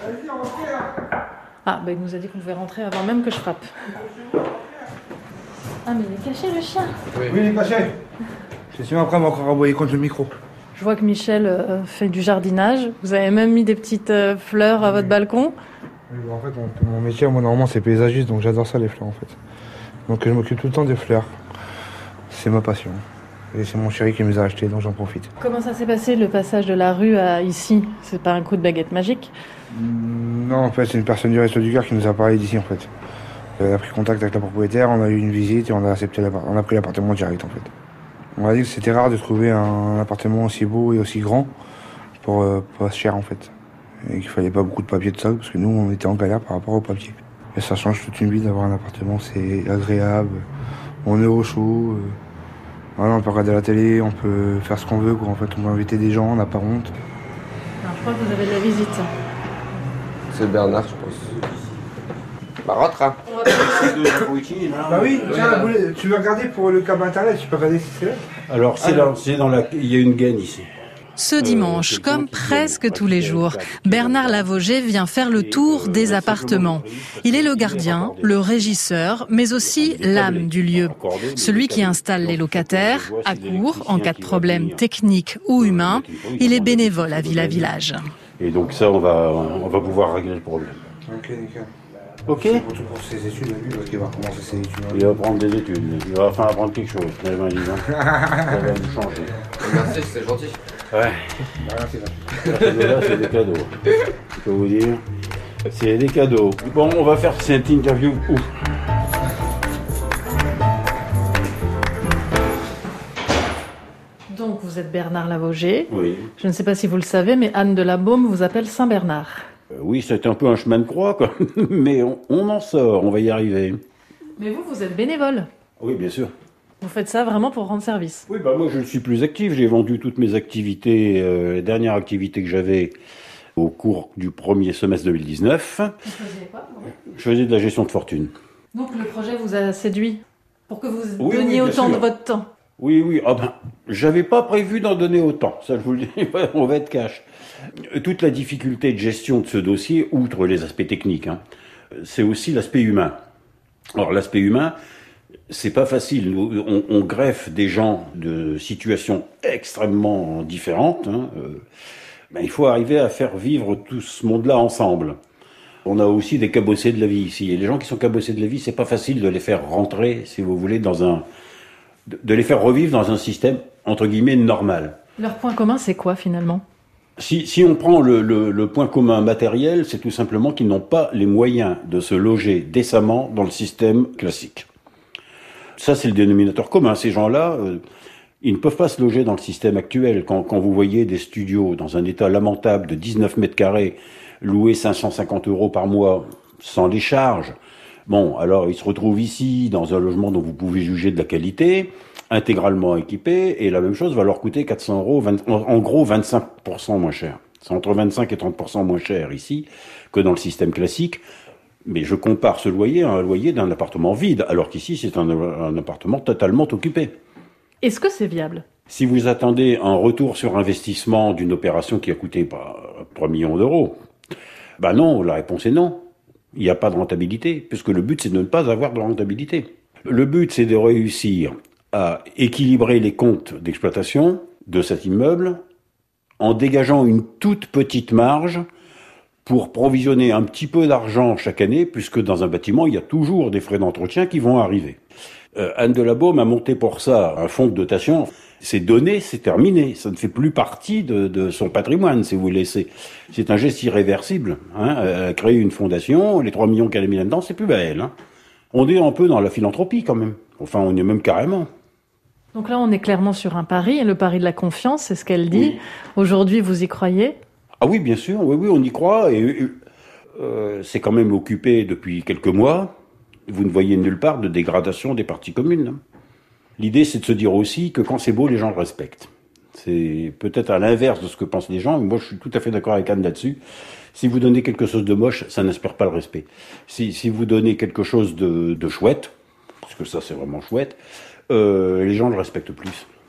Vas-y, on rentre là. Ah, bah il nous a dit qu'on pouvait rentrer avant même que je frappe. Ah, mais il est caché le chien. Oui, il est caché. Je suis après, on va encore envoyer contre le micro. Je vois que Michel fait du jardinage. Vous avez même mis des petites fleurs à votre balcon. Oui, en fait, mon métier, moi, normalement, c'est paysagiste, donc j'adore ça, les fleurs, en fait. Donc, je m'occupe tout le temps des fleurs. C'est ma passion. Et c'est mon chéri qui me les a achetées, donc j'en profite. Comment ça s'est passé le passage de la rue à ici? C'est pas un coup de baguette magique? Non, en fait, c'est une personne du Resto du Cœur qui nous a parlé d'ici, en fait. Elle a pris contact avec la propriétaire, on a eu une visite et on a accepté on a pris l'appartement direct, en fait. On a dit que c'était rare de trouver un appartement aussi beau et aussi grand pour pas cher, en fait. Et qu'il fallait pas beaucoup de papier de ça, parce que nous, on était en galère par rapport au papier. Et ça change toute une vie d'avoir un appartement, c'est agréable, on est au chaud. Voilà, on peut regarder la télé, on peut faire ce qu'on veut, quoi. En fait, on peut inviter des gens, on n'a pas honte. Alors, je crois que vous avez de la visite. C'est Bernard, je pense. Bah, rentre, hein. Bah oui, tiens, tu veux regarder pour le câble internet, tu peux regarder si c'est là. Alors, il y a une gaine ici. Ce dimanche, comme presque tous les jours, Bernard Lavogé vient faire le tour des appartements. Il est le gardien, le régisseur, mais aussi l'âme du lieu. Celui qui installe les locataires, à court, en cas de problème technique ou humain. Il est bénévole à Villa Village. Et donc ça, on va pouvoir régler le problème. Ok, nickel. Ok. C'est pour ses études, lui, parce qu'il va recommencer ses études. Il va prendre des études. Il va enfin apprendre quelque chose. Ça va nous changer. Merci, c'est gentil. Ouais. Là, c'est des cadeaux. Je peux vous dire. C'est des cadeaux. Bon, on va faire cette interview où? Donc, vous êtes Bernard Lavogé. Oui. Je ne sais pas si vous le savez, mais Anne de la Baume vous appelle Saint-Bernard. Oui, c'est un peu un chemin de croix, quoi. Mais on en sort, on va y arriver. Mais vous êtes bénévole. Oui, bien sûr. Vous faites ça vraiment pour rendre service. Oui, bah moi je ne suis plus actif. J'ai vendu toutes mes activités, les dernières activités que j'avais au cours du premier semestre 2019. Vous faisiez quoi? Je faisais de la gestion de fortune. Donc le projet vous a séduit pour que vous Oui, donniez bien autant sûr. de votre temps. Oui. Ah ben, j'avais pas prévu d'en donner autant. Ça, je vous le dis, on va être cash. Toute la difficulté de gestion de ce dossier, outre les aspects techniques, c'est aussi l'aspect humain. Alors l'aspect humain, c'est pas facile. On greffe des gens de situations extrêmement différentes. Il faut arriver à faire vivre tout ce monde-là ensemble. On a aussi des cabossés de la vie ici. Et les gens qui sont cabossés de la vie, c'est pas facile de les faire rentrer, si vous voulez, de les faire revivre dans un système, entre guillemets, normal. Leur point commun, c'est quoi finalement? Si on prend le point commun matériel, c'est tout simplement qu'ils n'ont pas les moyens de se loger décemment dans le système classique. Ça, c'est le dénominateur commun. Ces gens-là, ils ne peuvent pas se loger dans le système actuel. Quand vous voyez des studios dans un état lamentable de 19 mètres carrés, loués 550 € par mois, sans les charges, bon, alors ils se retrouvent ici, dans un logement dont vous pouvez juger de la qualité, intégralement équipé, et la même chose va leur coûter 400 €, en gros 25% moins cher. C'est entre 25 et 30% moins cher ici que dans le système classique. Mais je compare ce loyer à un loyer d'un appartement vide, alors qu'ici c'est un appartement totalement occupé. Est-ce que c'est viable? Si vous attendez un retour sur investissement d'une opération qui a coûté 3 millions d'euros, non, la réponse est non. Il n'y a pas de rentabilité, puisque le but c'est de ne pas avoir de rentabilité. Le but c'est de réussir à équilibrer les comptes d'exploitation de cet immeuble en dégageant une toute petite marge pour provisionner un petit peu d'argent chaque année, puisque dans un bâtiment, il y a toujours des frais d'entretien qui vont arriver. Anne de la Baume a monté pour ça un fonds de dotation. C'est donné, c'est terminé. Ça ne fait plus partie de son patrimoine, si vous voulez. C'est un geste irréversible. Elle a créé une fondation, les 3 millions qu'elle a mis là-dedans, c'est plus à elle. On est un peu dans la philanthropie quand même. Enfin, on est même carrément. Donc là, on est clairement sur un pari, le pari de la confiance, c'est ce qu'elle dit. Oui. Aujourd'hui, vous y croyez? Ah oui, bien sûr, oui, on y croit. Et c'est quand même occupé depuis quelques mois. Vous ne voyez nulle part de dégradation des parties communes. L'idée, c'est de se dire aussi que quand c'est beau, les gens le respectent. C'est peut-être à l'inverse de ce que pensent les gens, mais moi je suis tout à fait d'accord avec Anne là-dessus. Si vous donnez quelque chose de moche, ça n'inspire pas le respect. Si vous donnez quelque chose de chouette, parce que ça c'est vraiment chouette, les gens le respectent plus.